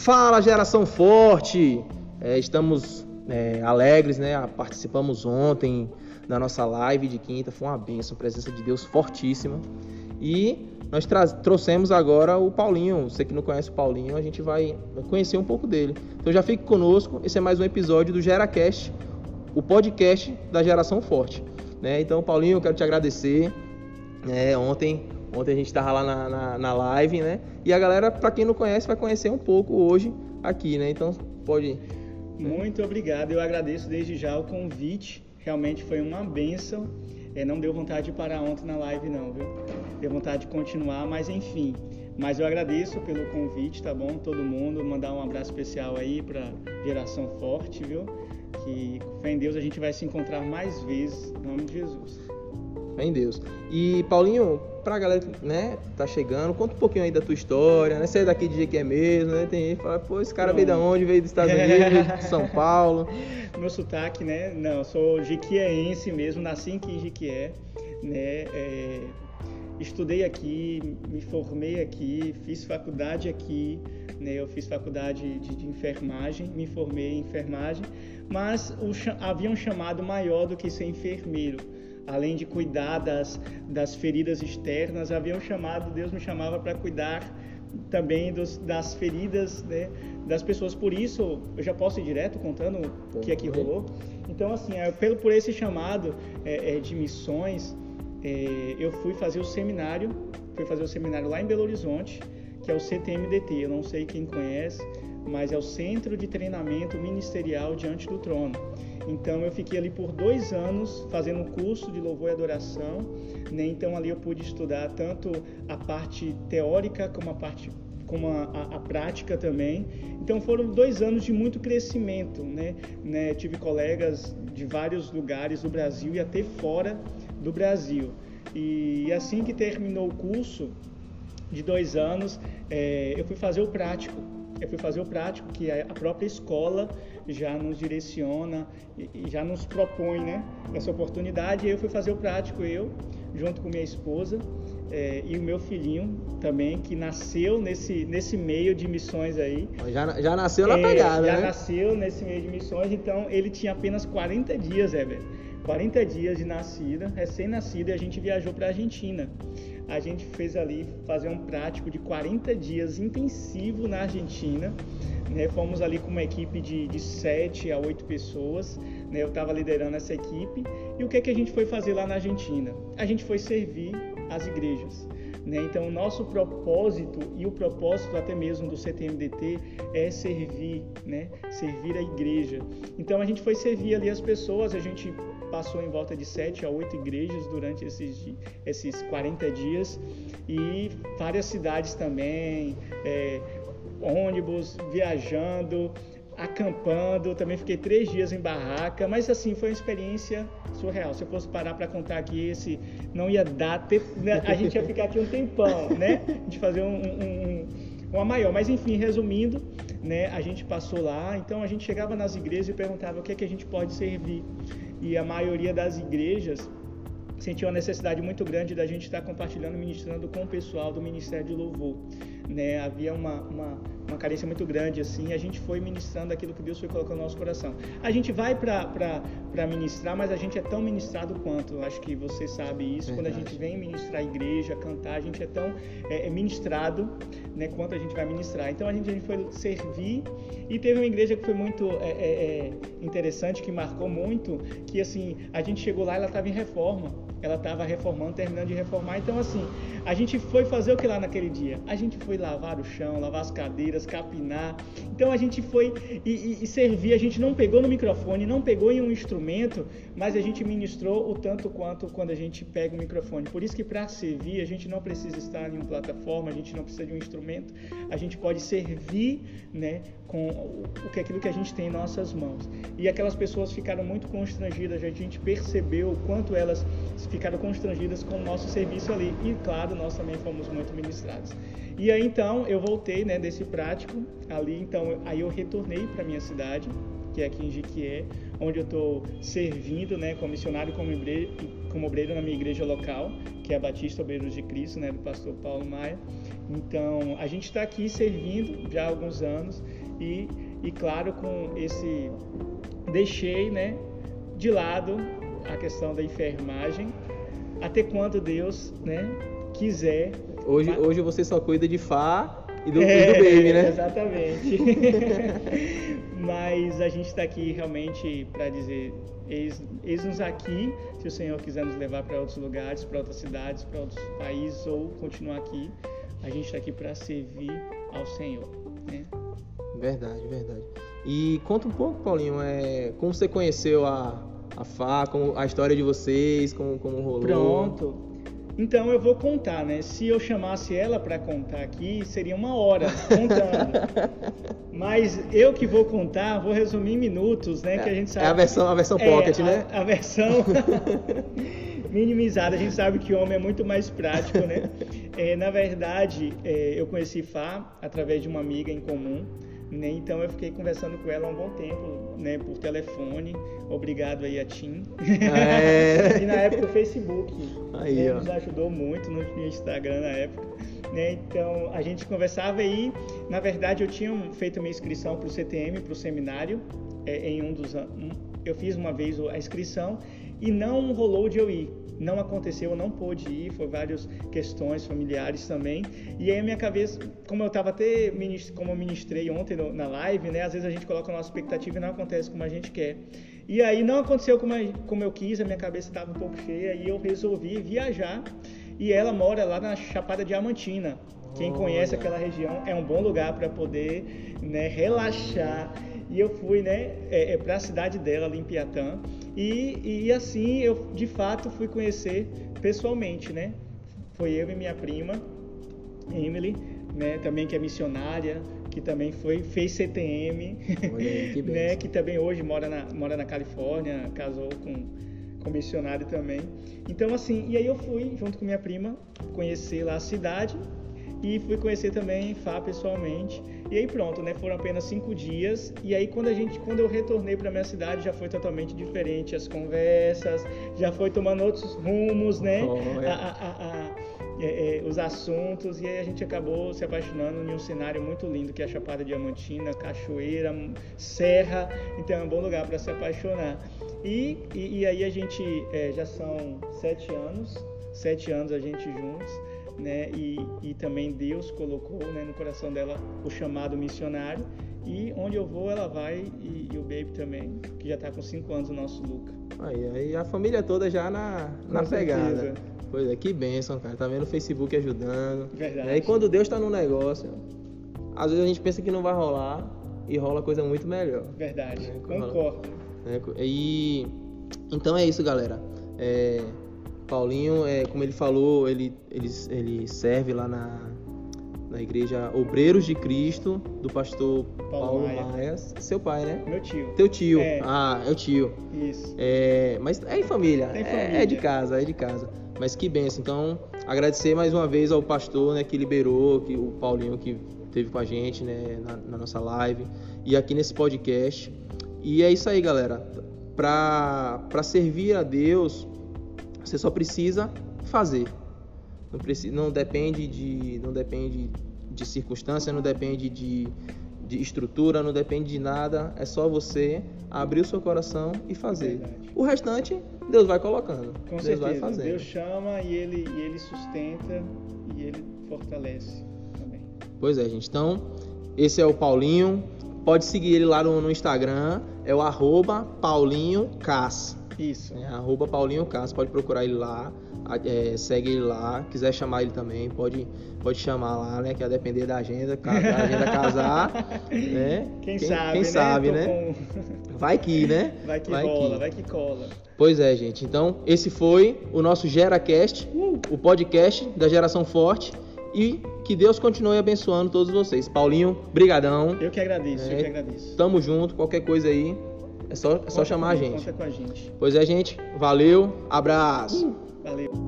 Fala, geração forte! Estamos alegres, né? Participamos ontem da nossa live de quinta, foi uma bênção, presença de Deus fortíssima. E nós trouxemos agora o Paulinho. Você que não conhece o Paulinho, a gente vai conhecer um pouco dele. Então já fique conosco, esse é mais um episódio do GeraCast, o podcast da Geração Forte. Então, Paulinho, eu quero te agradecer. Ontem a gente estava lá na live, né? E a galera, para quem não conhece, vai conhecer um pouco hoje aqui, né? Então, pode... Muito obrigado, eu agradeço desde já o convite. Realmente foi uma bênção. Não deu vontade de parar ontem na live não, viu? Deu vontade de continuar, mas enfim. Mas eu agradeço pelo convite, tá bom? Todo mundo, mandar um abraço especial aí para Geração Forte, viu? Que com fé em Deus a gente vai se encontrar mais vezes, em nome de Jesus. Fé em Deus. E Paulinho, pra galera, né, tá chegando, conta um pouquinho aí da tua história, né? Você é daqui de Jequié mesmo, né? Tem gente que fala, pô, esse cara veio da onde? Veio dos Estados Unidos, veio de São Paulo. Meu sotaque, né? Não, eu sou jequiéense mesmo, nasci aqui em Jequié, né? Estudei aqui, me formei aqui, fiz faculdade aqui, né? Eu fiz faculdade de enfermagem, me formei em enfermagem, mas havia um chamado maior do que ser enfermeiro. Além de cuidar das feridas externas, havia um chamado, Deus me chamava para cuidar também das feridas, né, das pessoas. Por isso, eu já posso ir direto contando o que aqui rolou. Então, assim, por esse chamado de missões, eu fui fazer o seminário lá em Belo Horizonte, que é o CTMDT. Eu não sei quem conhece, mas é o Centro de Treinamento Ministerial Diante do Trono. Então eu fiquei ali por 2 anos fazendo um curso de louvor e adoração, né? Então ali eu pude estudar tanto a parte teórica como a prática também. Então foram 2 anos de muito crescimento, né? Tive colegas de vários lugares do Brasil e até fora do Brasil. E assim que terminou o curso de 2 anos, eu fui fazer o prático. Que a própria escola já nos direciona e já nos propõe, né, essa oportunidade. E eu fui fazer o prático, junto com minha esposa e o meu filhinho também, que nasceu nesse meio de missões aí. Já nasceu na pegada, né? Já nasceu nesse meio de missões, então ele tinha apenas 40 dias, 40 dias de nascida, recém-nascido, e a gente viajou para a Argentina. A gente fez ali fazer um prático de 40 dias intensivo na Argentina, né? Fomos ali com uma equipe de 7 a 8 pessoas, né? Eu estava liderando essa equipe. E o que a gente foi fazer lá na Argentina? A gente foi servir as igrejas, né? Então o nosso propósito e o propósito até mesmo do CTMDT é servir, né? Servir a igreja. Então a gente foi servir ali as pessoas, a gente passou em volta de 7 a 8 igrejas durante esses 40 dias e várias cidades também, ônibus, viajando, acampando. Também fiquei 3 dias em barraca, mas assim, foi uma experiência surreal. Se eu fosse parar para contar aqui, não ia dar tempo, né? A gente ia ficar aqui um tempão, né? De fazer uma maior, mas enfim, resumindo, né? A gente passou lá, então a gente chegava nas igrejas e perguntava o que a gente pode servir. E a maioria das igrejas sentiu a necessidade muito grande da gente estar compartilhando, ministrando com o pessoal do Ministério de Louvor, né? Havia uma carência muito grande, assim, e a gente foi ministrando aquilo que Deus foi colocando no nosso coração. A gente vai para ministrar, mas a gente é tão ministrado quanto, acho que você sabe isso. Verdade. Quando a gente vem ministrar a igreja, cantar, a gente é tão ministrado, né, quanto a gente vai ministrar. Então a gente foi servir, e teve uma igreja que foi muito interessante, que marcou muito, que assim, a gente chegou lá e ela estava em reforma. Ela estava reformando, terminando de reformar. Então, assim, a gente foi fazer o que lá naquele dia? A gente foi lavar o chão, lavar as cadeiras, capinar. Então, a gente foi e servir. A gente não pegou no microfone, não pegou em um instrumento, mas a gente ministrou o tanto quanto quando a gente pega o microfone. Por isso que, para servir, a gente não precisa estar em uma plataforma, a gente não precisa de um instrumento. A gente pode servir, né, com aquilo que a gente tem em nossas mãos. E aquelas pessoas ficaram muito constrangidas. A gente percebeu o quanto elas ficaram constrangidas com o nosso serviço ali. E, claro, nós também fomos muito ministrados. E aí, então, eu voltei, né, desse prático ali. Então, aí eu retornei para minha cidade, que é aqui em Jequié, onde eu estou servindo, né, como missionário, como obreiro na minha igreja local, que é a Batista Obreiros de Cristo, né, do pastor Paulo Maia. Então, a gente está aqui servindo já há alguns anos e claro, com esse... Deixei, né, de lado a questão da enfermagem, até quando Deus, né, quiser. Hoje você só cuida de Fá e do baby, né? Exatamente. Mas a gente está aqui realmente para dizer, eis-nos aqui, se o Senhor quiser nos levar para outros lugares, para outras cidades, para outros países ou continuar aqui, a gente está aqui para servir ao Senhor, né? Verdade. E conta um pouco, Paulinho, como você conheceu a Fá, como a história de vocês, como rolou. Pronto. Então eu vou contar, né? Se eu chamasse ela para contar aqui, seria 1 hora contando. Mas eu que vou contar, vou resumir em minutos, né? Que a gente sabe. É a versão pocket, né? A versão minimizada. A gente sabe que o homem é muito mais prático, né? Na verdade, eu conheci Fá através de uma amiga em comum. Né? Então eu fiquei conversando com ela há um bom tempo, né, por telefone. Obrigado aí a Tim. E na época o Facebook nos ajudou muito, não tinha Instagram na época, né? Então a gente conversava e, na verdade, eu tinha feito a minha inscrição para o CTM, para o seminário, em um dos anos. Eu fiz uma vez a inscrição e não rolou de eu ir. Não aconteceu, eu não pude ir, foi várias questões familiares também. E aí a minha cabeça, como eu estava até, como eu ministrei ontem na live, né? Às vezes a gente coloca a nossa expectativa e não acontece como a gente quer. E aí não aconteceu como eu quis, a minha cabeça estava um pouco cheia e eu resolvi viajar. E ela mora lá na Chapada Diamantina. Quem conhece aquela região, é um bom lugar para poder, né, relaxar. E eu fui, né, para a cidade dela, ali em Piatã. E assim eu de fato fui conhecer pessoalmente, né? Foi eu e minha prima Emily, né? Também que é missionária, que também fez CTM, que né? Que também hoje mora na Califórnia, casou com missionário também. Então assim, e aí eu fui junto com minha prima conhecer lá a cidade e fui conhecer também Fá pessoalmente. E aí pronto, né? Foram apenas 5 dias. E aí quando eu retornei para minha cidade, já foi totalmente diferente as conversas, já foi tomando outros rumos, né? Os assuntos. E aí a gente acabou se apaixonando em um cenário muito lindo que é a Chapada Diamantina, cachoeira, serra. Então é um bom lugar para se apaixonar. E aí a gente já são 7 anos a gente juntos. Né? E também Deus colocou, né, no coração dela o chamado missionário, e onde eu vou ela vai, e o baby também, que já está com 5 anos, o nosso Luca. Aí a família toda já na pegada. Pois é, que bênção, cara, tá vendo o Facebook ajudando. Verdade. E quando Deus está no negócio, às vezes a gente pensa que não vai rolar e rola coisa muito melhor. Verdade, né? Concordo. E então é isso, galera. Paulinho, como ele falou, ele serve lá na igreja Obreiros de Cristo, do pastor Paulo Maia. Seu pai, né? Meu tio. Teu tio. É o tio. Isso. Mas é em família. É de casa. Mas que benção. Então, agradecer mais uma vez ao pastor, né, que liberou, o Paulinho que esteve com a gente, né, na nossa live e aqui nesse podcast. E é isso aí, galera. Para servir a Deus, você só precisa fazer. Não depende de circunstância, não depende de estrutura, não depende de nada. É só você abrir o seu coração e fazer. Verdade. O restante, Deus vai colocando. Com Deus certeza. vai fazendo. Deus chama e ele sustenta e ele fortalece também. Pois é, gente. Então, esse é o Paulinho. Pode seguir ele lá no Instagram. É o @PaulinhoCas. Isso. @PaulinhoCas. Pode procurar ele lá. Segue ele lá. Quiser chamar ele também, pode chamar lá, né? Que a depender da agenda, a agenda casar, né? Quem sabe, né? Com... Vai que, né? Vai que cola. Pois é, gente. Então, esse foi o nosso GeraCast, o podcast da Geração Forte. E que Deus continue abençoando todos vocês. Paulinho, brigadão. Eu que agradeço. Tamo junto, qualquer coisa aí, é só chamar a gente. Conta com a gente. Pois é, gente. Valeu, abraço. Valeu.